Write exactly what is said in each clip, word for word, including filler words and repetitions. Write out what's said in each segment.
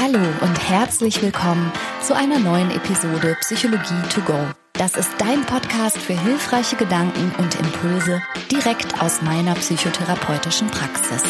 Hallo und herzlich willkommen zu einer neuen Episode Psychologie to go. Das ist dein Podcast für hilfreiche Gedanken und Impulse direkt aus meiner psychotherapeutischen Praxis.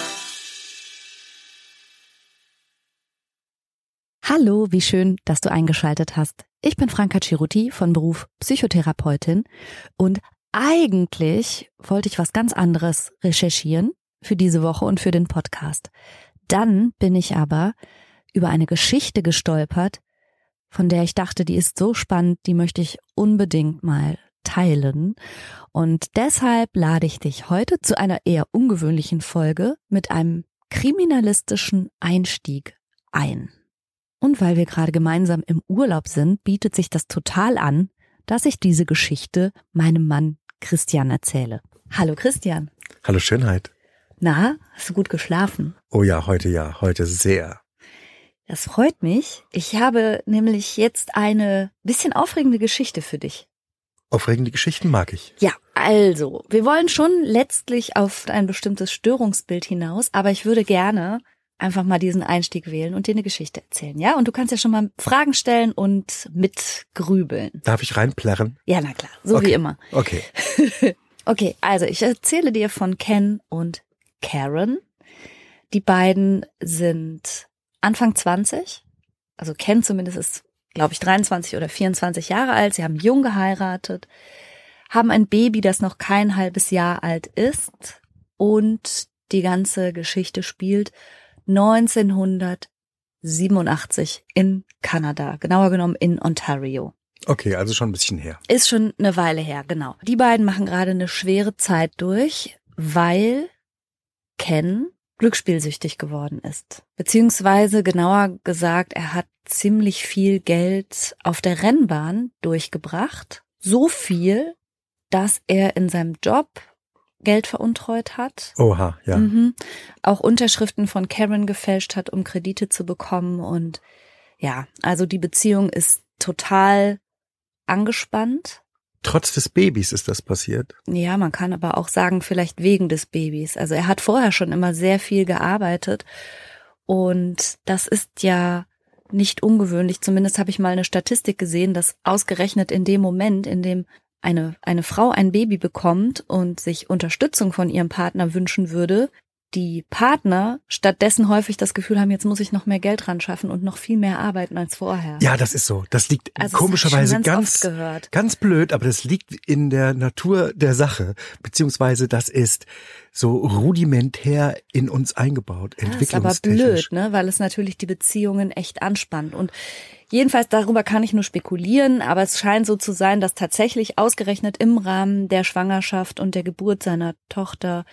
Hallo, wie schön, dass du eingeschaltet hast. Ich bin Franka Cerutti, von Beruf Psychotherapeutin, und eigentlich wollte ich was ganz anderes recherchieren für diese Woche und für den Podcast. Dann bin ich aber über eine Geschichte gestolpert, von der ich dachte, die ist so spannend, die möchte ich unbedingt mal teilen. Und deshalb lade ich dich heute zu einer eher ungewöhnlichen Folge mit einem kriminalistischen Einstieg ein. Und weil wir gerade gemeinsam im Urlaub sind, bietet sich das total an, dass ich diese Geschichte meinem Mann Christian erzähle. Hallo Christian. Hallo Schönheit. Na, hast du gut geschlafen? Oh ja, heute ja, heute sehr. Das freut mich. Ich habe nämlich jetzt eine bisschen aufregende Geschichte für dich. Aufregende Geschichten mag ich. Ja, also, wir wollen schon letztlich auf ein bestimmtes Störungsbild hinaus, aber ich würde gerne einfach mal diesen Einstieg wählen und dir eine Geschichte erzählen, ja? Und du kannst ja schon mal Fragen stellen und mitgrübeln. Darf ich reinplärren? Ja, na klar, so okay. wie immer. Okay. Okay, also ich erzähle dir von Ken und Karen. Die beiden sind Anfang zwanzig, also Ken zumindest ist, glaube ich, dreiundzwanzig oder vierundzwanzig Jahre alt. Sie haben jung geheiratet, haben ein Baby, das noch kein halbes Jahr alt ist, und die ganze Geschichte spielt neunzehnhundertsiebenundachtzig in Kanada, genauer genommen in Ontario. Okay, also schon ein bisschen her. Ist schon eine Weile her, genau. Die beiden machen gerade eine schwere Zeit durch, weil Ken glücksspielsüchtig geworden ist. Beziehungsweise genauer gesagt, er hat ziemlich viel Geld auf der Rennbahn durchgebracht. So viel, dass er in seinem Job Geld veruntreut hat. Oha, ja. Mhm. Auch Unterschriften von Karen gefälscht hat, um Kredite zu bekommen. Und ja, also die Beziehung ist total angespannt. Trotz des Babys ist das passiert? Ja, man kann aber auch sagen, vielleicht wegen des Babys. Also er hat vorher schon immer sehr viel gearbeitet und das ist ja nicht ungewöhnlich. Zumindest habe ich mal eine Statistik gesehen, dass ausgerechnet in dem Moment, in dem eine, eine Frau ein Baby bekommt und sich Unterstützung von ihrem Partner wünschen würde, die Partner stattdessen häufig das Gefühl haben, jetzt muss ich noch mehr Geld ran schaffen und noch viel mehr arbeiten als vorher. Ja, das ist so. Das liegt also komischerweise das ganz, ganz, ganz blöd, aber das liegt in der Natur der Sache, beziehungsweise das ist so rudimentär in uns eingebaut, ja, entwicklungstechnisch. Das ist aber blöd, ne, weil es natürlich die Beziehungen echt anspannt. Und jedenfalls darüber kann ich nur spekulieren, aber es scheint so zu sein, dass tatsächlich ausgerechnet im Rahmen der Schwangerschaft und der Geburt seiner Tochter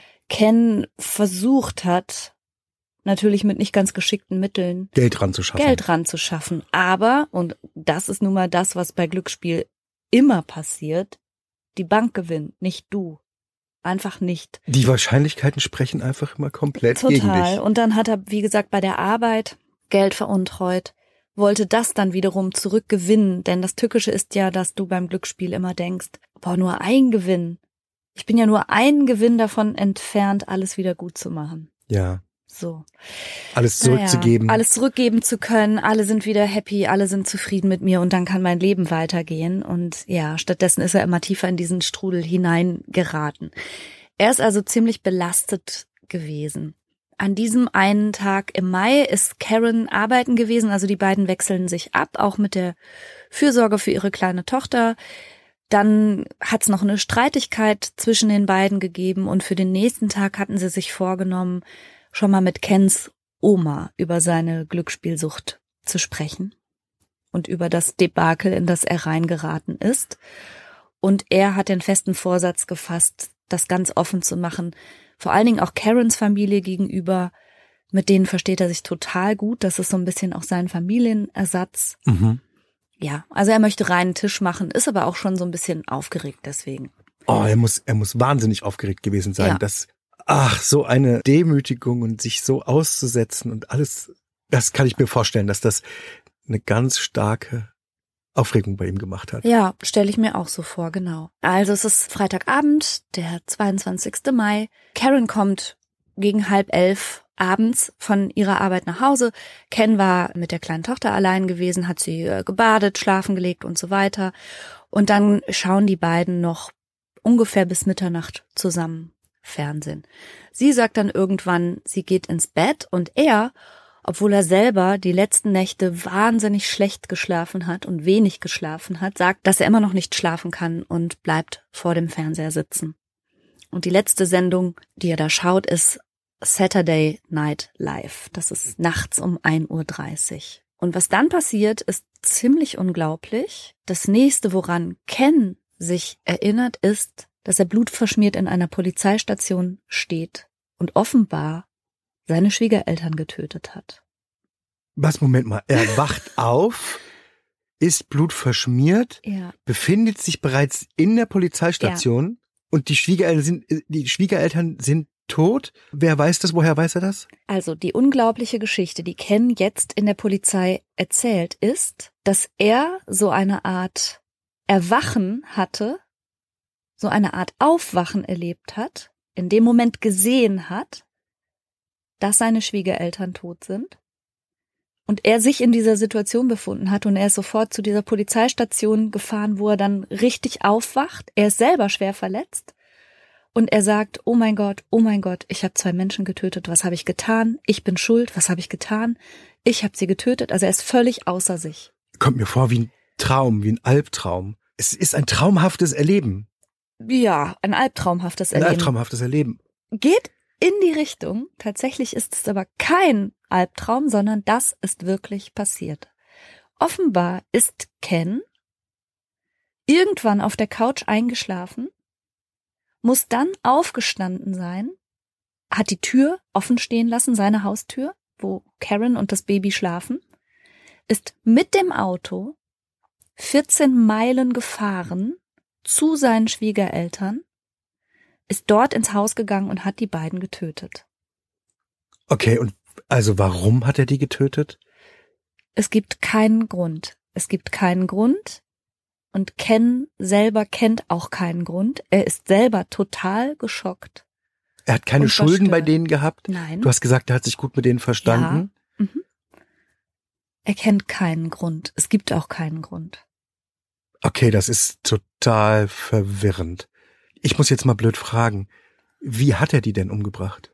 Ken versucht hat, natürlich mit nicht ganz geschickten Mitteln, Geld ranzuschaffen. Geld ranzuschaffen. Aber, und das ist nun mal das, was bei Glücksspiel immer passiert, die Bank gewinnt, nicht du. Einfach nicht. Die Wahrscheinlichkeiten sprechen einfach immer komplett Total. gegen dich. Und dann hat er, wie gesagt, bei der Arbeit Geld veruntreut, wollte das dann wiederum zurückgewinnen. Denn das Tückische ist ja, dass du beim Glücksspiel immer denkst, boah, nur ein Gewinn. Ich bin ja nur einen Gewinn davon entfernt, alles wieder gut zu machen. Ja. So. Alles zurückzugeben. Naja, alles zurückgeben zu können, alle sind wieder happy, alle sind zufrieden mit mir und dann kann mein Leben weitergehen. Und ja, stattdessen ist er immer tiefer in diesen Strudel hineingeraten. Er ist also ziemlich belastet gewesen. An diesem einen Tag im Mai ist Karen arbeiten gewesen, also die beiden wechseln sich ab, auch mit der Fürsorge für ihre kleine Tochter. Dann hat es noch eine Streitigkeit zwischen den beiden gegeben und für den nächsten Tag hatten sie sich vorgenommen, schon mal mit Kens Oma über seine Glücksspielsucht zu sprechen und über das Debakel, in das er reingeraten ist. Und er hat den festen Vorsatz gefasst, das ganz offen zu machen, vor allen Dingen auch Karens Familie gegenüber. Mit denen versteht er sich total gut. Das ist so ein bisschen auch sein Familienersatz. Mhm. Ja, also er möchte reinen Tisch machen, ist aber auch schon so ein bisschen aufgeregt deswegen. Oh, er muss, er muss wahnsinnig aufgeregt gewesen sein, ja. dass, ach, so eine Demütigung und sich so auszusetzen und alles, das kann ich mir vorstellen, dass das eine ganz starke Aufregung bei ihm gemacht hat. Ja, stelle ich mir auch so vor, genau. Also es ist Freitagabend, der zweiundzwanzigster Mai. Karen kommt gegen halb elf abends von ihrer Arbeit nach Hause. Ken war mit der kleinen Tochter allein gewesen, hat sie äh, gebadet, schlafen gelegt und so weiter. Und dann schauen die beiden noch ungefähr bis Mitternacht zusammen Fernsehen. Sie sagt dann irgendwann, sie geht ins Bett und er, obwohl er selber die letzten Nächte wahnsinnig schlecht geschlafen hat und wenig geschlafen hat, sagt, dass er immer noch nicht schlafen kann und bleibt vor dem Fernseher sitzen. Und die letzte Sendung, die er da schaut, ist Saturday Night Live. Das ist nachts um ein Uhr dreißig. Und was dann passiert, ist ziemlich unglaublich. Das nächste, woran Ken sich erinnert, ist, dass er blutverschmiert in einer Polizeistation steht und offenbar seine Schwiegereltern getötet hat. Was, Moment mal, er wacht auf, ist blutverschmiert, ja. befindet sich bereits in der Polizeistation ja. und die Schwiegereltern sind, die Schwiegereltern sind tot. Wer weiß das? Woher weiß er das? Also die unglaubliche Geschichte, die Ken jetzt in der Polizei erzählt, ist, dass er so eine Art Erwachen hatte, so eine Art Aufwachen erlebt hat, in dem Moment gesehen hat, dass seine Schwiegereltern tot sind und er sich in dieser Situation befunden hat und er ist sofort zu dieser Polizeistation gefahren, wo er dann richtig aufwacht. Er ist selber schwer verletzt und er sagt, oh mein Gott, oh mein Gott, ich habe zwei Menschen getötet, was habe ich getan? Ich bin schuld, was habe ich getan? Ich habe sie getötet, also er ist völlig außer sich. Kommt mir vor wie ein Traum, wie ein Albtraum. Es ist ein traumhaftes Erleben. Ja, ein albtraumhaftes Erleben. Ein albtraumhaftes Erleben. Geht in die Richtung. Tatsächlich ist es aber kein Albtraum, sondern das ist wirklich passiert. Offenbar ist Ken irgendwann auf der Couch eingeschlafen, muss dann aufgestanden sein, hat die Tür offen stehen lassen, seine Haustür, wo Karen und das Baby schlafen, ist mit dem Auto vierzehn Meilen gefahren zu seinen Schwiegereltern, ist dort ins Haus gegangen und hat die beiden getötet. Okay, und also warum hat er die getötet? Es gibt keinen Grund. Es gibt keinen Grund und Ken selber kennt auch keinen Grund. Er ist selber total geschockt. Er hat keine Schulden bei denen gehabt? Nein. Du hast gesagt, er hat sich gut mit denen verstanden? Ja. Mhm. Er kennt keinen Grund. Es gibt auch keinen Grund. Okay, das ist total verwirrend. Ich muss jetzt mal blöd fragen, wie hat er die denn umgebracht?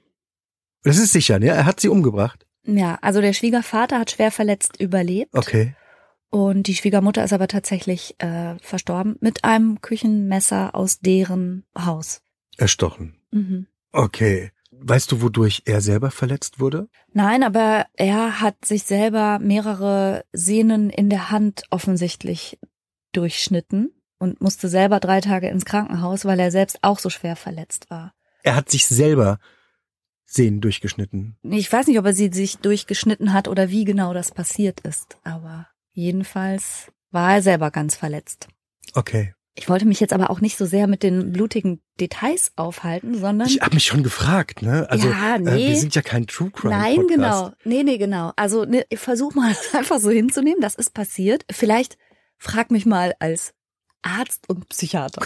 Das ist sicher, ne? Er hat sie umgebracht. Ja, also der Schwiegervater hat schwer verletzt überlebt. Okay. Und die Schwiegermutter ist aber tatsächlich äh, verstorben mit einem Küchenmesser aus deren Haus. Erstochen. Mhm. Okay. Weißt du, wodurch er selber verletzt wurde? Nein, aber er hat sich selber mehrere Sehnen in der Hand offensichtlich durchschnitten und musste selber drei Tage ins Krankenhaus, weil er selbst auch so schwer verletzt war. Er hat sich selber Sehnen durchgeschnitten. Ich weiß nicht, ob er sie sich durchgeschnitten hat oder wie genau das passiert ist, aber jedenfalls war er selber ganz verletzt. Okay. Ich wollte mich jetzt aber auch nicht so sehr mit den blutigen Details aufhalten, sondern... Ich habe mich schon gefragt, ne? Also ja, nee. äh, wir sind ja kein True Crime Nein, Podcast. genau. Nee, nee, genau. Also ne, ich versuch mal einfach so hinzunehmen, das ist passiert. Vielleicht frag mich mal als Arzt und Psychiater.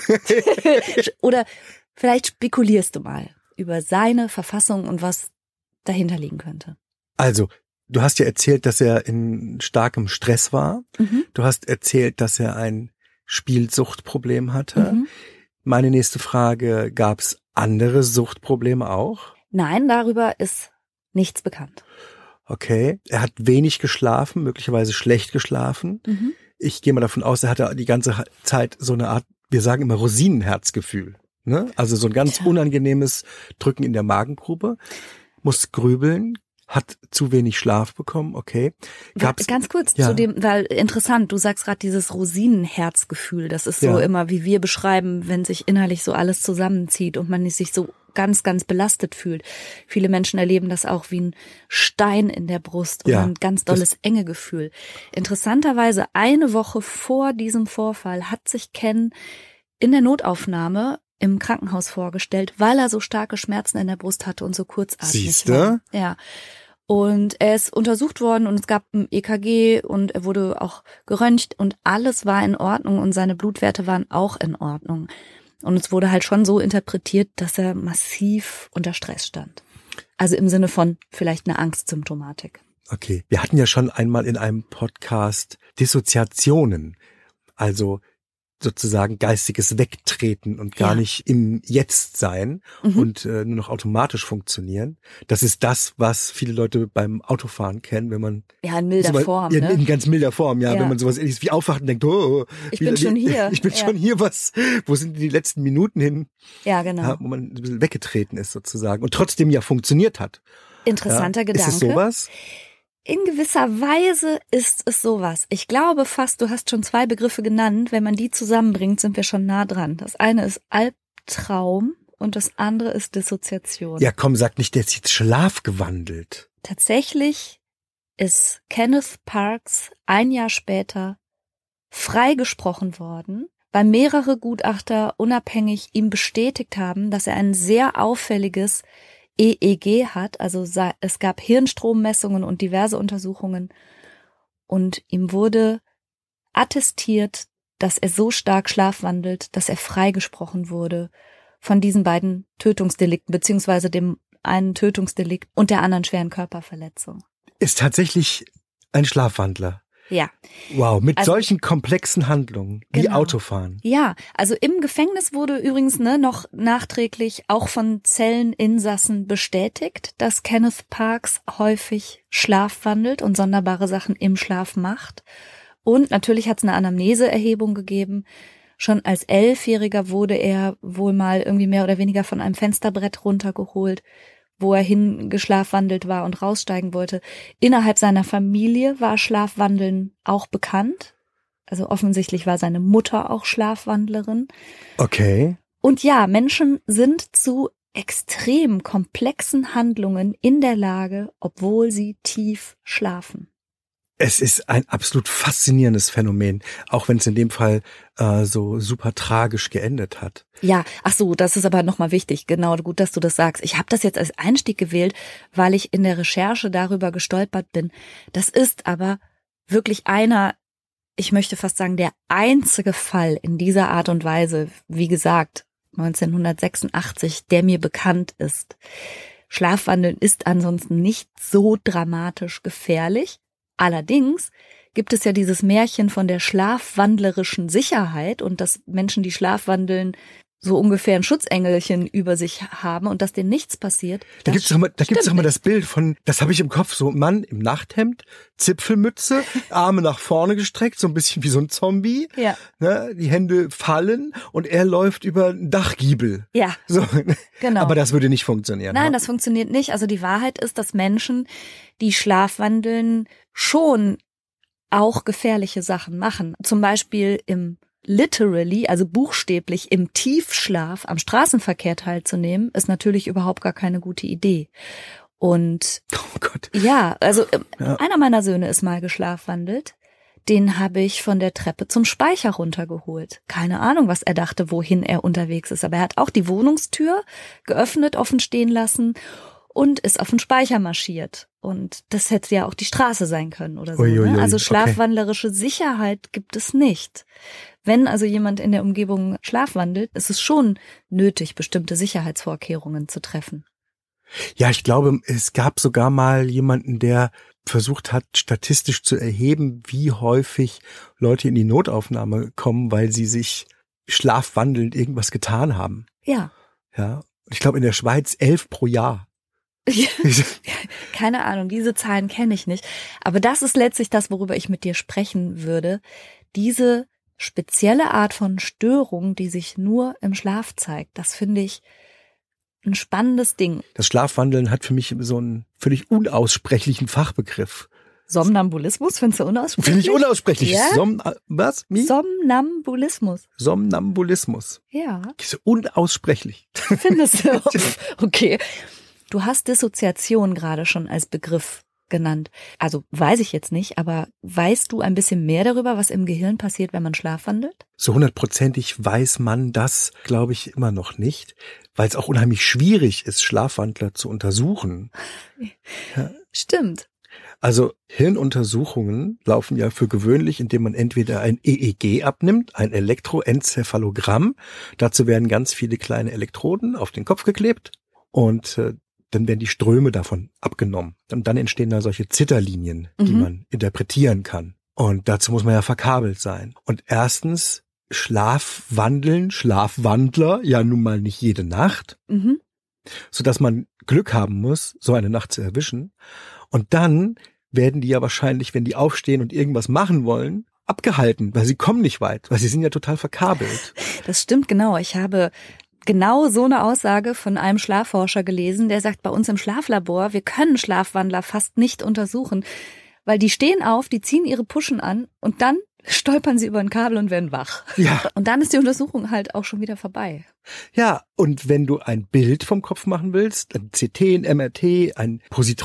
Oder vielleicht spekulierst du mal über seine Verfassung und was dahinter liegen könnte. Also, du hast ja erzählt, dass er in starkem Stress war. Mhm. Du hast erzählt, dass er ein Spielsuchtproblem hatte. Mhm. Meine nächste Frage, gab es andere Suchtprobleme auch? Nein, darüber ist nichts bekannt. Okay, er hat wenig geschlafen, möglicherweise schlecht geschlafen. Mhm. Ich gehe mal davon aus, er hatte die ganze Zeit so eine Art, wir sagen immer Rosinenherzgefühl. Ne? Also so ein ganz ja. unangenehmes Drücken in der Magengrube. Muss grübeln, hat zu wenig Schlaf bekommen, okay. Gab's, Ganz kurz ja. zu dem, weil interessant, du sagst gerade dieses Rosinenherzgefühl, das ist so ja. immer, wie wir beschreiben, wenn sich innerlich so alles zusammenzieht und man sich so ganz, ganz belastet fühlt. Viele Menschen erleben das auch wie ein Stein in der Brust oder ja, ein ganz dolles Engegefühl. Interessanterweise eine Woche vor diesem Vorfall hat sich Ken in der Notaufnahme im Krankenhaus vorgestellt, weil er so starke Schmerzen in der Brust hatte und so kurzatmig Siehste? war. Ja. Und er ist untersucht worden und es gab ein E K G und er wurde auch geröntgt und alles war in Ordnung und seine Blutwerte waren auch in Ordnung. Und es wurde halt schon so interpretiert, dass er massiv unter Stress stand. Also im Sinne von vielleicht eine Angstsymptomatik. Okay, wir hatten ja schon einmal in einem Podcast Dissoziationen, also sozusagen geistiges Wegtreten und gar ja. nicht im Jetzt sein mhm. und äh, nur noch automatisch funktionieren. Das ist das, was viele Leute beim Autofahren kennen, wenn man ja in milder sowas, Form, in, ne? in ganz milder Form, ja, ja. wenn man sowas ähnliches wie aufwacht und denkt, oh, ich bin schon hier, ich bin ja. schon hier, was, wo sind die letzten Minuten hin? Ja, genau, ja, wo man ein bisschen weggetreten ist sozusagen und trotzdem ja funktioniert hat. Interessanter ja. Gedanke. Ist es sowas? In gewisser Weise ist es sowas. Ich glaube fast, du hast schon zwei Begriffe genannt. Wenn man die zusammenbringt, sind wir schon nah dran. Das eine ist Albtraum und das andere ist Dissoziation. Ja, komm, sag nicht, der ist jetzt schlafgewandelt. Tatsächlich ist Kenneth Parks ein Jahr später freigesprochen worden, weil mehrere Gutachter unabhängig ihm bestätigt haben, dass er ein sehr auffälliges E E G hat, also es gab Hirnstrommessungen und diverse Untersuchungen und ihm wurde attestiert, dass er so stark schlafwandelt, dass er freigesprochen wurde von diesen beiden Tötungsdelikten, beziehungsweise dem einen Tötungsdelikt und der anderen schweren Körperverletzung. Ist tatsächlich ein Schlafwandler. Ja. Wow, mit also, solchen komplexen Handlungen wie genau. Autofahren. Ja, also im Gefängnis wurde übrigens ne, noch nachträglich auch von Zelleninsassen bestätigt, dass Kenneth Parks häufig schlafwandelt und sonderbare Sachen im Schlaf macht. Und natürlich hat es eine Anamneseerhebung gegeben. Schon als Elfjähriger wurde er wohl mal irgendwie mehr oder weniger von einem Fensterbrett runtergeholt, wo er hingeschlafwandelt war und raussteigen wollte. Innerhalb seiner Familie war Schlafwandeln auch bekannt. Also offensichtlich war seine Mutter auch Schlafwandlerin. Okay. Und ja, Menschen sind zu extrem komplexen Handlungen in der Lage, obwohl sie tief schlafen. Es ist ein absolut faszinierendes Phänomen, auch wenn es in dem Fall äh, so super tragisch geendet hat. Ja, ach so, das ist aber nochmal wichtig. Genau, gut, dass du das sagst. Ich habe das jetzt als Einstieg gewählt, weil ich in der Recherche darüber gestolpert bin. Das ist aber wirklich einer, ich möchte fast sagen, der einzige Fall in dieser Art und Weise, wie gesagt, neunzehnhundertsechsundachtzig, der mir bekannt ist. Schlafwandeln ist ansonsten nicht so dramatisch gefährlich. Allerdings gibt es ja dieses Märchen von der schlafwandlerischen Sicherheit und dass Menschen, die schlafwandeln, so ungefähr ein Schutzengelchen über sich haben und dass denen nichts passiert. Da gibt's doch immer, da gibt's doch immer das Bild von, das habe ich im Kopf, so ein Mann im Nachthemd, Zipfelmütze, Arme nach vorne gestreckt, so ein bisschen wie so ein Zombie. Ja. Ne, die Hände fallen und er läuft über einen Dachgiebel. Ja, so. Genau. Aber das würde nicht funktionieren. Nein, ne? das funktioniert nicht. Also die Wahrheit ist, dass Menschen, die schlafwandeln, schon auch gefährliche Sachen machen. Zum Beispiel im literally, also buchstäblich im Tiefschlaf am Straßenverkehr teilzunehmen, ist natürlich überhaupt gar keine gute Idee. Und oh Gott. ja, also ja. einer meiner Söhne ist mal geschlafwandelt. Den habe ich von der Treppe zum Speicher runtergeholt. Keine Ahnung, was er dachte, wohin er unterwegs ist. Aber er hat auch die Wohnungstür geöffnet, offen stehen lassen und ist auf den Speicher marschiert. Und das hätte ja auch die Straße sein können oder so. Uiuiui, ne? Also okay. schlafwandlerische Sicherheit gibt es nicht. Wenn also jemand in der Umgebung schlafwandelt, ist es schon nötig, bestimmte Sicherheitsvorkehrungen zu treffen. Ja, ich glaube, es gab sogar mal jemanden, der versucht hat, statistisch zu erheben, wie häufig Leute in die Notaufnahme kommen, weil sie sich schlafwandelnd irgendwas getan haben. Ja. Ja. Ich glaube, in der Schweiz elf pro Jahr. Keine Ahnung, diese Zahlen kenne ich nicht. Aber das ist letztlich das, worüber ich mit dir sprechen würde. Diese spezielle Art von Störung, die sich nur im Schlaf zeigt, das finde ich ein spannendes Ding. Das Schlafwandeln hat für mich so einen völlig unaussprechlichen Fachbegriff. Somnambulismus, findest du unaussprechlich? Finde ich unaussprechlich. Ja? Som, was? Wie? Somnambulismus. Somnambulismus. Ja. Ist unaussprechlich. Findest du? Okay. Du hast Dissoziation gerade schon als Begriff genannt. Also weiß ich jetzt nicht, aber weißt du ein bisschen mehr darüber, was im Gehirn passiert, wenn man schlafwandelt? So hundertprozentig weiß man das, glaube ich, immer noch nicht, weil es auch unheimlich schwierig ist, Schlafwandler zu untersuchen. Ja. Stimmt. Also Hirnuntersuchungen laufen ja für gewöhnlich, indem man entweder ein E E G abnimmt, ein Elektroenzephalogramm. Dazu werden ganz viele kleine Elektroden auf den Kopf geklebt und äh, dann werden die Ströme davon abgenommen. Und dann entstehen da solche Zitterlinien, die Mhm. man interpretieren kann. Und dazu muss man ja verkabelt sein. Und erstens Schlafwandeln, Schlafwandler, ja nun mal nicht jede Nacht, Mhm. sodass man Glück haben muss, so eine Nacht zu erwischen. Und dann werden die ja wahrscheinlich, wenn die aufstehen und irgendwas machen wollen, abgehalten, weil sie kommen nicht weit, weil sie sind ja total verkabelt. Das stimmt genau. Ich habe genau so eine Aussage von einem Schlafforscher gelesen, der sagt, bei uns im Schlaflabor, wir können Schlafwandler fast nicht untersuchen, weil die stehen auf, die ziehen ihre Puschen an und dann stolpern sie über ein Kabel und werden wach. Ja. Und dann ist die Untersuchung halt auch schon wieder vorbei. Ja, und wenn du ein Bild vom Kopf machen willst, ein C T, ein M R T, ein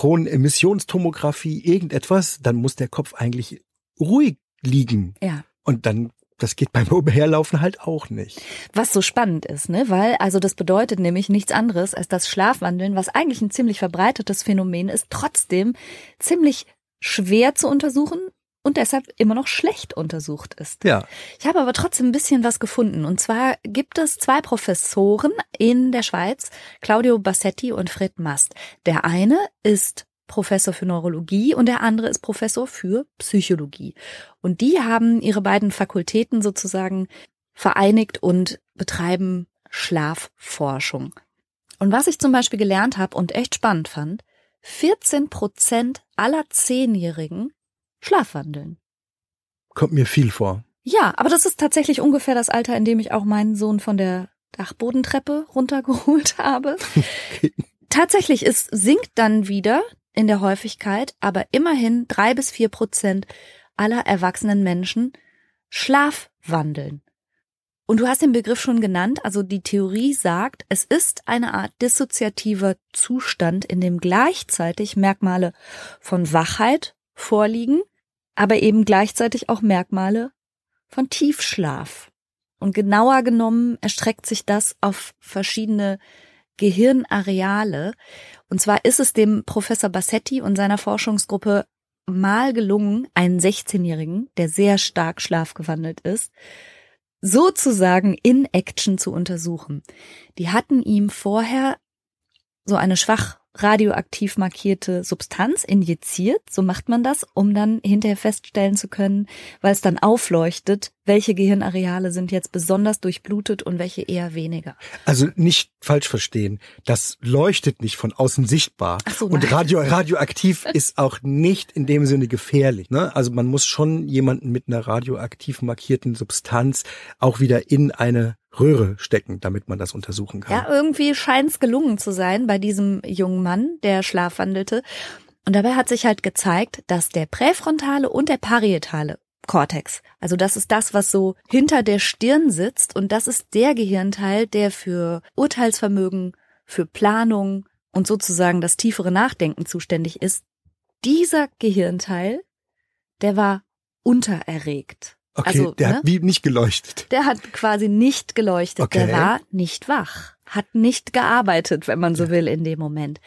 Positronen-Emissionstomographie, irgendetwas, dann muss der Kopf eigentlich ruhig liegen. Ja. Und dann, das geht beim Umherlaufen halt auch nicht. Was so spannend ist, ne? Weil, also das bedeutet nämlich nichts anderes, als das Schlafwandeln, was eigentlich ein ziemlich verbreitetes Phänomen ist, trotzdem ziemlich schwer zu untersuchen und deshalb immer noch schlecht untersucht ist. Ja. Ich habe aber trotzdem ein bisschen was gefunden. Und zwar gibt es zwei Professoren in der Schweiz, Claudio Bassetti und Fred Mast. Der eine ist Professor für Neurologie und der andere ist Professor für Psychologie. Und die haben ihre beiden Fakultäten sozusagen vereinigt und betreiben Schlafforschung. Und was ich zum Beispiel gelernt habe und echt spannend fand, vierzehn Prozent aller Zehnjährigen schlafwandeln. Kommt mir viel vor. Ja, aber das ist tatsächlich ungefähr das Alter, in dem ich auch meinen Sohn von der Dachbodentreppe runtergeholt habe. Okay. Tatsächlich, es sinkt dann wieder in der Häufigkeit, aber immerhin drei bis vier Prozent aller erwachsenen Menschen schlafwandeln. Und du hast den Begriff schon genannt, also die Theorie sagt, es ist eine Art dissoziativer Zustand, in dem gleichzeitig Merkmale von Wachheit vorliegen, aber eben gleichzeitig auch Merkmale von Tiefschlaf. Und genauer genommen erstreckt sich das auf verschiedene Gehirnareale. Und zwar ist es dem Professor Bassetti und seiner Forschungsgruppe mal gelungen, einen sechzehnjährigen, der sehr stark schlafgewandelt ist, sozusagen in Action zu untersuchen. Die hatten ihm vorher so eine schwach radioaktiv markierte Substanz injiziert, so macht man das, um dann hinterher feststellen zu können, weil es dann aufleuchtet, welche Gehirnareale sind jetzt besonders durchblutet und welche eher weniger. Also nicht falsch verstehen, das leuchtet nicht von außen sichtbar. Ach so, und nein. radio, radioaktiv ist auch nicht in dem Sinne gefährlich. Ne? Also man muss schon jemanden mit einer radioaktiv markierten Substanz auch wieder in eine Röhre stecken, damit man das untersuchen kann. Ja, irgendwie scheint es gelungen zu sein bei diesem jungen Mann, der schlafwandelte. Und dabei hat sich halt gezeigt, dass der präfrontale und der parietale Kortex, also das ist das, was so hinter der Stirn sitzt und das ist der Gehirnteil, der für Urteilsvermögen, für Planung und sozusagen das tiefere Nachdenken zuständig ist. Dieser Gehirnteil, der war untererregt. Okay, also, der ne? hat wie nicht geleuchtet. Der hat quasi nicht geleuchtet, Okay. der war nicht wach, hat nicht gearbeitet, wenn man so will, in dem Moment.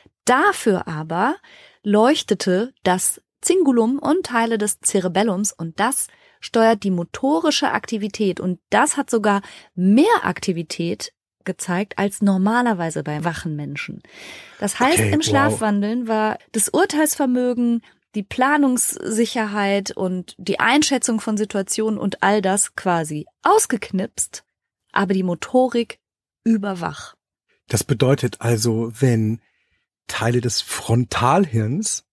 Dafür aber leuchtete das Cingulum und Teile des Cerebellums und das steuert die motorische Aktivität und das hat sogar mehr Aktivität gezeigt als normalerweise bei wachen Menschen. Das heißt, Okay, im wow. Schlafwandeln war das Urteilsvermögen, die Planungssicherheit und die Einschätzung von Situationen und all das quasi ausgeknipst, aber die Motorik überwach. Das bedeutet also, wenn Teile des Frontalhirns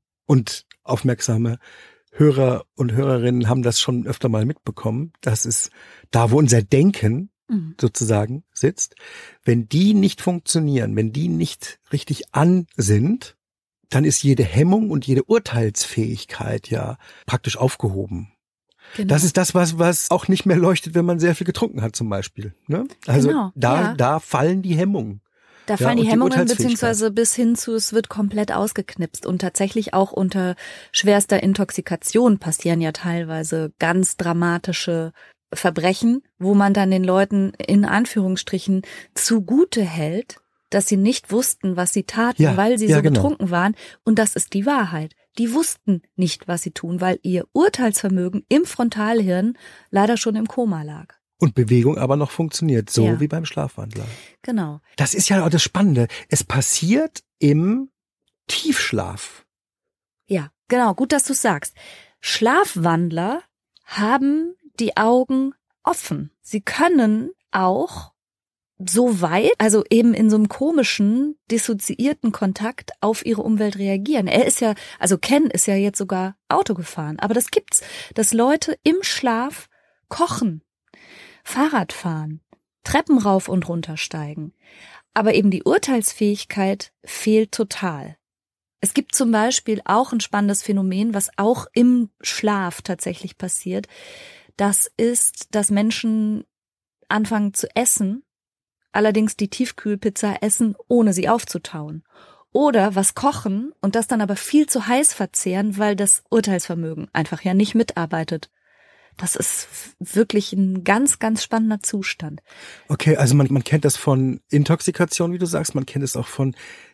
und aufmerksame Hörer und Hörerinnen haben das schon öfter mal mitbekommen, das ist da, wo unser Denken Mhm. sozusagen sitzt, wenn die nicht funktionieren, wenn die nicht richtig an sind, dann ist jede Hemmung und jede Urteilsfähigkeit ja praktisch aufgehoben. Genau. Das ist das, was was auch nicht mehr leuchtet, wenn man sehr viel getrunken hat zum Beispiel. Ne? Also Genau, da ja. da fallen die Hemmungen. Da Ja, fallen und die die Hemmungen Urteilsfähigkeit. beziehungsweise bis hin zu, es wird komplett ausgeknipst und tatsächlich auch unter schwerster Intoxikation passieren ja teilweise ganz dramatische Verbrechen, wo man dann den Leuten in Anführungsstrichen zugute hält, dass sie nicht wussten, was sie taten, Ja, weil sie ja, so genau. betrunken waren. Und das ist die Wahrheit. die wussten nicht, was sie tun, weil ihr Urteilsvermögen im Frontalhirn leider schon im Koma lag. Und Bewegung aber noch funktioniert, so Ja. wie beim Schlafwandler. Genau. Das ist ja auch das Spannende. Es passiert im Tiefschlaf. Ja, genau. Gut, dass du sagst. Schlafwandler haben die Augen offen. Sie können auch so weit, also eben in so einem komischen, dissoziierten Kontakt auf ihre Umwelt reagieren. Er ist ja, also Ken ist ja jetzt sogar Auto gefahren. Aber das gibt's, dass Leute im Schlaf kochen, Fahrrad fahren, Treppen rauf und runter steigen. Aber eben die Urteilsfähigkeit fehlt total. Es gibt zum Beispiel auch ein spannendes Phänomen, was auch im Schlaf tatsächlich passiert. Das ist, dass Menschen anfangen zu essen, allerdings die Tiefkühlpizza essen, ohne sie aufzutauen. Oder was kochen und das dann aber viel zu heiß verzehren, weil das Urteilsvermögen einfach ja nicht mitarbeitet. Das ist wirklich ein ganz, ganz spannender Zustand. Okay, also man, man kennt das von Intoxikation, wie du sagst, man kennt es auch von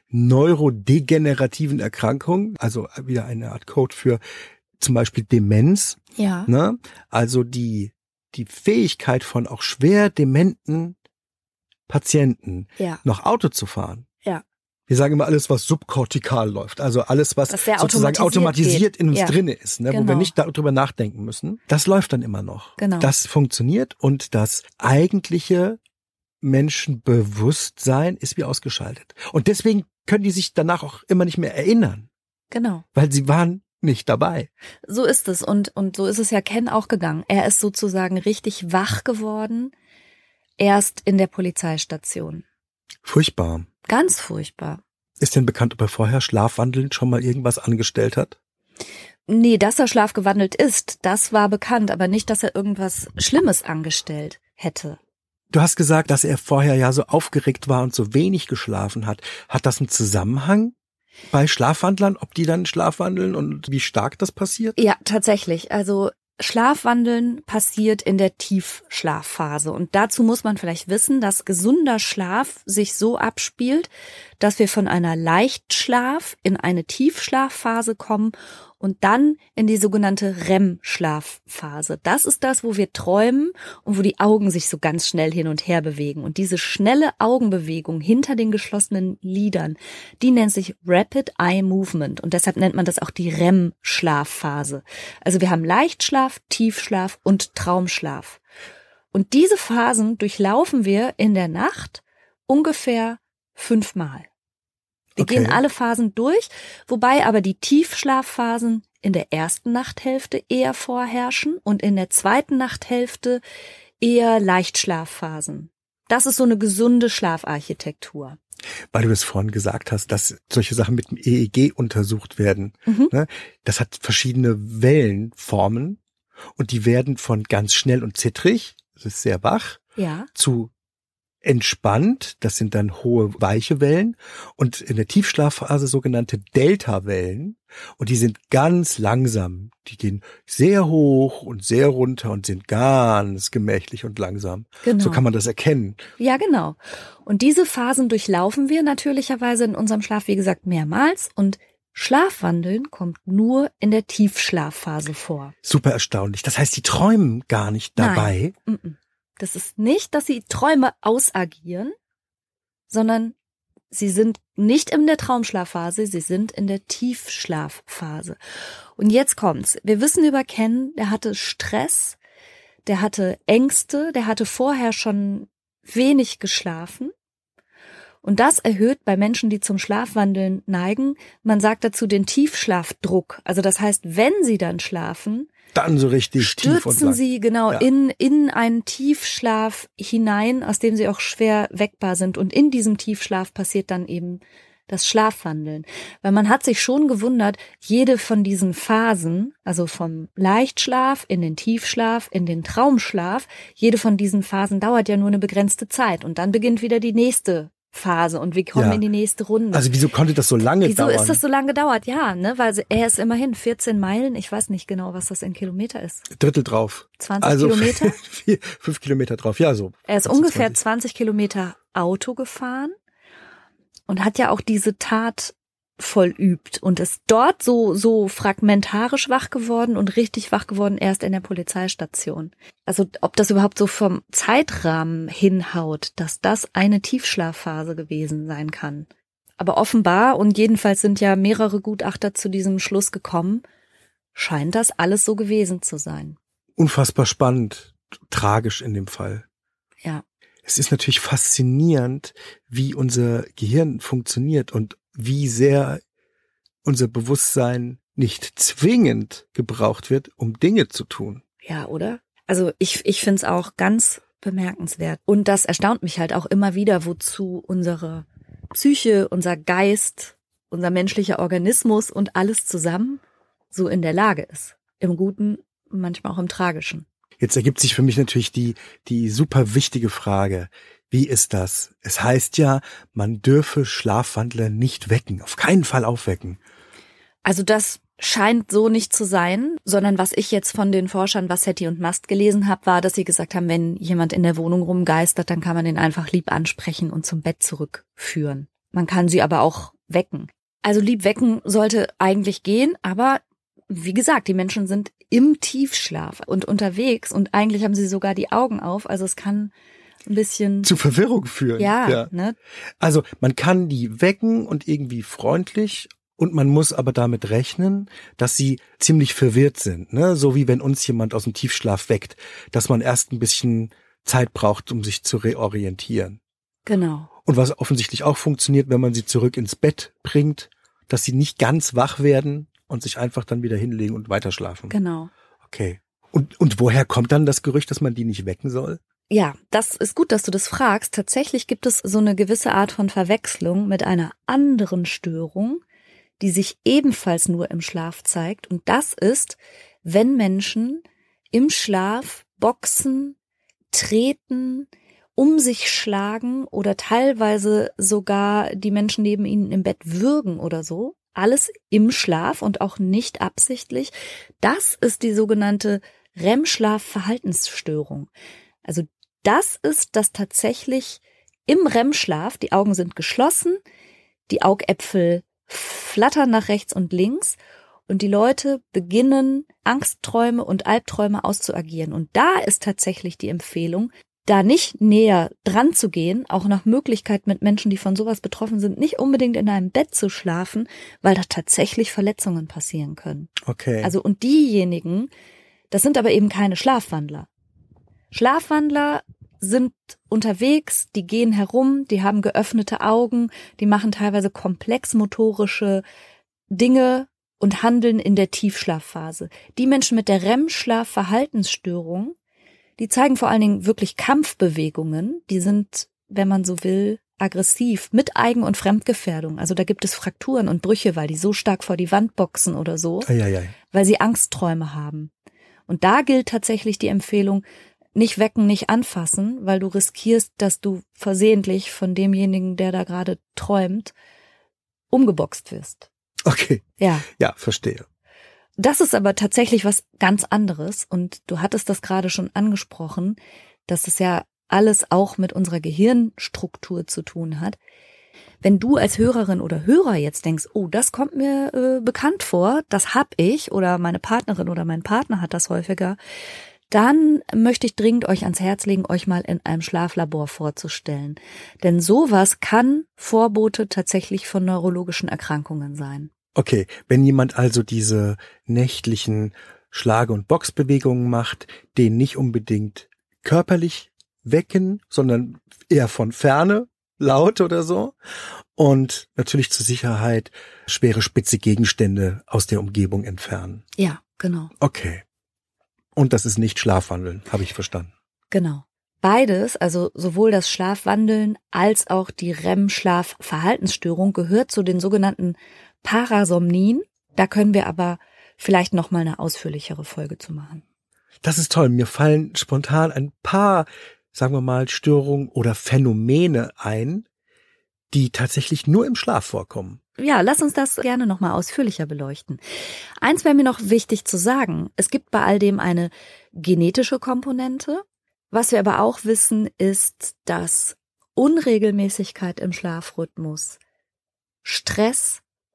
neurodegenerativen Erkrankungen, also wieder eine Art Code für zum Beispiel Demenz. Ja. Ne? Also die, die Fähigkeit von auch schwer dementen Patienten Ja. noch Auto zu fahren. Ja. Wir sagen immer alles, was subkortikal läuft, also alles, was, was sozusagen automatisiert geht. in uns Ja. drin ist, ne? Genau. Wo wir nicht darüber nachdenken müssen. Das läuft dann immer noch. Genau. Das funktioniert und das eigentliche Menschenbewusstsein ist wie ausgeschaltet. Und deswegen können die sich danach auch immer nicht mehr erinnern, Genau. weil sie waren nicht dabei. So ist es und und so ist es ja Ken auch gegangen. Er ist sozusagen richtig wach geworden, erst in der Polizeistation. Furchtbar. Ganz furchtbar. Ist denn bekannt, ob er vorher schlafwandelnd schon mal irgendwas angestellt hat? Nee, dass er schlafgewandelt ist, das war bekannt, aber nicht, dass er irgendwas Schlimmes angestellt hätte. Du hast gesagt, dass er vorher ja so aufgeregt war und so wenig geschlafen hat. Hat das einen Zusammenhang bei Schlafwandlern, ob die dann schlafwandeln und wie stark das passiert? Ja, tatsächlich. Also Schlafwandeln passiert in der Tiefschlafphase. Und dazu muss man vielleicht wissen, dass gesunder Schlaf sich so abspielt, dass wir von einer Leichtschlaf in eine Tiefschlafphase kommen und dann in die sogenannte R E M-Schlafphase. Das ist das, wo wir träumen und wo die Augen sich so ganz schnell hin und her bewegen. Und diese schnelle Augenbewegung hinter den geschlossenen Lidern, die nennt sich Rapid Eye Movement. Und deshalb nennt man das auch die R E M-Schlafphase. Also wir haben Leichtschlaf, Tiefschlaf und Traumschlaf. Und diese Phasen durchlaufen wir in der Nacht ungefähr fünfmal. Wir Okay. gehen alle Phasen durch, wobei aber die Tiefschlafphasen in der ersten Nachthälfte eher vorherrschen und in der zweiten Nachthälfte eher Leichtschlafphasen. Das ist so eine gesunde Schlafarchitektur. Weil du das vorhin gesagt hast, dass solche Sachen mit dem E E G untersucht werden. Mhm. Ne? Das hat verschiedene Wellenformen und die werden von ganz schnell und zittrig, das ist sehr wach, Ja, zu entspannt, das sind dann hohe, weiche Wellen und in der Tiefschlafphase sogenannte Delta-Wellen und die sind ganz langsam, die gehen sehr hoch und sehr runter und sind ganz gemächlich und langsam. genau. So kann man das erkennen. Ja, genau. Und diese Phasen durchlaufen wir natürlicherweise in unserem Schlaf, wie gesagt, mehrmals und Schlafwandeln kommt nur in der Tiefschlafphase vor. Super erstaunlich. Das heißt, die träumen gar nicht dabei. Nein. Mm-mm. Das ist nicht, dass sie Träume ausagieren, sondern sie sind nicht in der Traumschlafphase, sie sind in der Tiefschlafphase. Und jetzt kommt's. Wir wissen über Ken, der hatte Stress, der hatte Ängste, der hatte vorher schon wenig geschlafen. Und das erhöht bei Menschen, die zum Schlafwandeln neigen, man sagt dazu den Tiefschlafdruck. Also das heißt, wenn sie dann schlafen, Dann so richtig tief und stürzen lang. sie genau Ja. in in einen Tiefschlaf hinein, aus dem sie auch schwer weckbar sind. Und in diesem Tiefschlaf passiert dann eben das Schlafwandeln. Weil man hat sich schon gewundert, jede von diesen Phasen, also vom Leichtschlaf in den Tiefschlaf, in den Traumschlaf, jede von diesen Phasen dauert ja nur eine begrenzte Zeit. Und dann beginnt wieder die nächste Phase und wir kommen Ja. in die nächste Runde. Also wieso konnte das so lange Wieso dauern? ist das so lange gedauert? Ja, ne, weil er ist immerhin vierzehn Meilen, ich weiß nicht genau, was das in Kilometer ist. Drittel drauf. zwanzig Also Kilometer? vier, fünf Kilometer drauf, ja so. Er ist Also ungefähr zwanzig. zwanzig Kilometer Auto gefahren und hat ja auch diese Tat voll übt und ist dort so so fragmentarisch wach geworden und richtig wach geworden erst in der Polizeistation. Also ob das überhaupt so vom Zeitrahmen hinhaut, dass das eine Tiefschlafphase gewesen sein kann. Aber offenbar, und jedenfalls sind ja mehrere Gutachter zu diesem Schluss gekommen, scheint das alles so gewesen zu sein. Unfassbar spannend, tragisch in dem Fall. Ja. Es ist natürlich faszinierend, wie unser Gehirn funktioniert und wie sehr unser Bewusstsein nicht zwingend gebraucht wird, um Dinge zu tun. Ja, oder? Also ich, ich finde es auch ganz bemerkenswert. Und das erstaunt mich halt auch immer wieder, wozu unsere Psyche, unser Geist, unser menschlicher Organismus und alles zusammen so in der Lage ist. Im Guten, manchmal auch im Tragischen. Jetzt ergibt sich für mich natürlich die, die super wichtige Frage. Wie ist das? Es heißt ja, man dürfe Schlafwandler nicht wecken, auf keinen Fall aufwecken. Also das scheint so nicht zu sein, sondern was ich jetzt von den Forschern Vassetti und Mast gelesen habe, war, dass sie gesagt haben, wenn jemand in der Wohnung rumgeistert, dann kann man den einfach lieb ansprechen und zum Bett zurückführen. Man kann sie aber auch wecken. Also lieb wecken sollte eigentlich gehen, aber wie gesagt, die Menschen sind im Tiefschlaf und unterwegs und eigentlich haben sie sogar die Augen auf, also es kann ein bisschen zu Verwirrung führen. Ja, ja. Ne? Also man kann die wecken und irgendwie freundlich und man muss aber damit rechnen, dass sie ziemlich verwirrt sind, ne? So wie wenn uns jemand aus dem Tiefschlaf weckt, dass man erst ein bisschen Zeit braucht, um sich zu reorientieren. Genau. Und was offensichtlich auch funktioniert, wenn man sie zurück ins Bett bringt, dass sie nicht ganz wach werden und sich einfach dann wieder hinlegen und weiterschlafen. Genau. Okay. Und, und woher kommt dann das Gerücht, dass man die nicht wecken soll? Ja, das ist gut, dass du das fragst. Tatsächlich gibt es so eine gewisse Art von Verwechslung mit einer anderen Störung, die sich ebenfalls nur im Schlaf zeigt. Und das ist, wenn Menschen im Schlaf boxen, treten, um sich schlagen oder teilweise sogar die Menschen neben ihnen im Bett würgen oder so. Alles im Schlaf und auch nicht absichtlich. Das ist die sogenannte R E M-Schlaf-Verhaltensstörung. Also das ist, dass tatsächlich im R E M-Schlaf, die Augen sind geschlossen, die Augäpfel flattern nach rechts und links und die Leute beginnen, Angstträume und Albträume auszuagieren. Und da ist tatsächlich die Empfehlung, da nicht näher dran zu gehen, auch nach Möglichkeit mit Menschen, die von sowas betroffen sind, nicht unbedingt in einem Bett zu schlafen, weil da tatsächlich Verletzungen passieren können. Okay. Also und diejenigen, das sind aber eben keine Schlafwandler. Schlafwandler sind unterwegs, die gehen herum, die haben geöffnete Augen, die machen teilweise komplex motorische Dinge und handeln in der Tiefschlafphase. Die Menschen mit der R E M-Schlaf-Verhaltensstörung, die zeigen vor allen Dingen wirklich Kampfbewegungen, die sind, wenn man so will, aggressiv, mit Eigen- und Fremdgefährdung. Also da gibt es Frakturen und Brüche, weil die so stark vor die Wand boxen oder so, ei, ei, ei. weil sie Angstträume haben. Und da gilt tatsächlich die Empfehlung, nicht wecken, nicht anfassen, weil du riskierst, dass du versehentlich von demjenigen, der da gerade träumt, umgeboxt wirst. Okay. Ja. Ja, verstehe. Das ist aber tatsächlich was ganz anderes und du hattest das gerade schon angesprochen, dass es ja alles auch mit unserer Gehirnstruktur zu tun hat. Wenn du als Hörerin oder Hörer jetzt denkst, oh, das kommt mir äh, bekannt vor, das hab ich oder meine Partnerin oder mein Partner hat das häufiger, dann möchte ich dringend euch ans Herz legen, euch mal in einem Schlaflabor vorzustellen. Denn sowas kann Vorbote tatsächlich von neurologischen Erkrankungen sein. Okay, wenn jemand also diese nächtlichen Schlage- und Boxbewegungen macht, den nicht unbedingt körperlich wecken, sondern eher von Ferne, laut oder so. Und natürlich zur Sicherheit schwere spitze Gegenstände aus der Umgebung entfernen. Ja, genau. Okay. Und das ist nicht Schlafwandeln, habe ich verstanden. Genau. Beides, also sowohl das Schlafwandeln als auch die R E M-Schlaf-Verhaltensstörung gehört zu den sogenannten Parasomnien. Da können wir aber vielleicht noch mal eine ausführlichere Folge zu machen. Das ist toll. Mir fallen spontan ein paar, sagen wir mal, Störungen oder Phänomene ein, die tatsächlich nur im Schlaf vorkommen. Ja, lass uns das gerne noch mal ausführlicher beleuchten. Eins wäre mir noch wichtig zu sagen. Es gibt bei all dem eine genetische Komponente. Was wir aber auch wissen, ist, dass Unregelmäßigkeit im Schlafrhythmus, Stress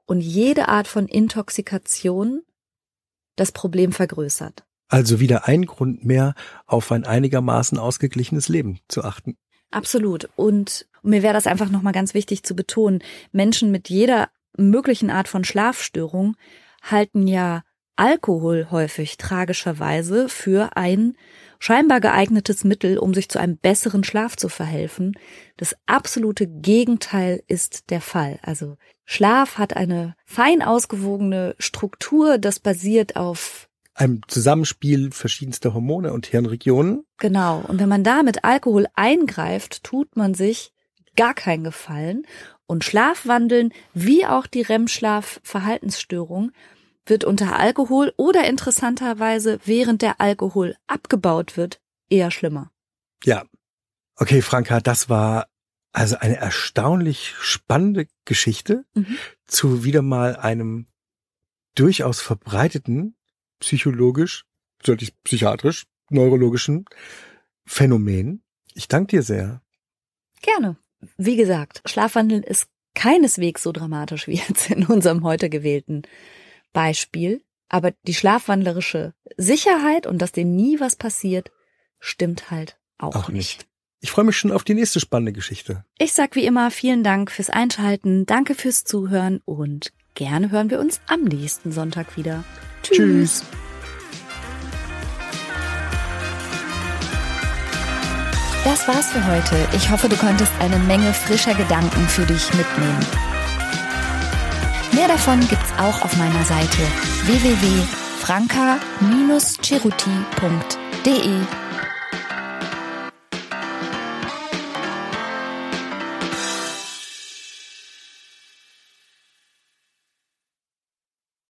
und jede Art von Intoxikation das Problem vergrößert. Also wieder ein Grund mehr, auf ein einigermaßen ausgeglichenes Leben zu achten. Absolut. Und mir wäre das einfach nochmal ganz wichtig zu betonen. Menschen mit jeder möglichen Art von Schlafstörung halten ja Alkohol häufig tragischerweise für ein scheinbar geeignetes Mittel, um sich zu einem besseren Schlaf zu verhelfen. Das absolute Gegenteil ist der Fall. Also Schlaf hat eine fein ausgewogene Struktur, das basiert auf einem Zusammenspiel verschiedenster Hormone und Hirnregionen. Genau. Und wenn man da mit Alkohol eingreift, tut man sich gar keinen Gefallen. Und Schlafwandeln, wie auch die R E M-Schlaf-Verhaltensstörung, wird unter Alkohol oder interessanterweise während der Alkohol abgebaut wird, eher schlimmer. Ja. Okay, Franka, das war also eine erstaunlich spannende Geschichte mhm. zu wieder mal einem durchaus verbreiteten psychologisch, sollte ich psychiatrisch, neurologischen Phänomen. Ich danke dir sehr. Gerne. Wie gesagt, Schlafwandeln ist keineswegs so dramatisch wie jetzt in unserem heute gewählten Beispiel, aber die schlafwandlerische Sicherheit und dass dir nie was passiert, stimmt halt auch, auch nicht. nicht. Ich freue mich schon auf die nächste spannende Geschichte. Ich sag wie immer vielen Dank fürs Einschalten, danke fürs Zuhören und gerne hören wir uns am nächsten Sonntag wieder. Tschüss. Tschüss. Das war's für heute. Ich hoffe, du konntest eine Menge frischer Gedanken für dich mitnehmen. Mehr davon gibt's auch auf meiner Seite w w w punkt franka Bindestrich ceruti punkt d e.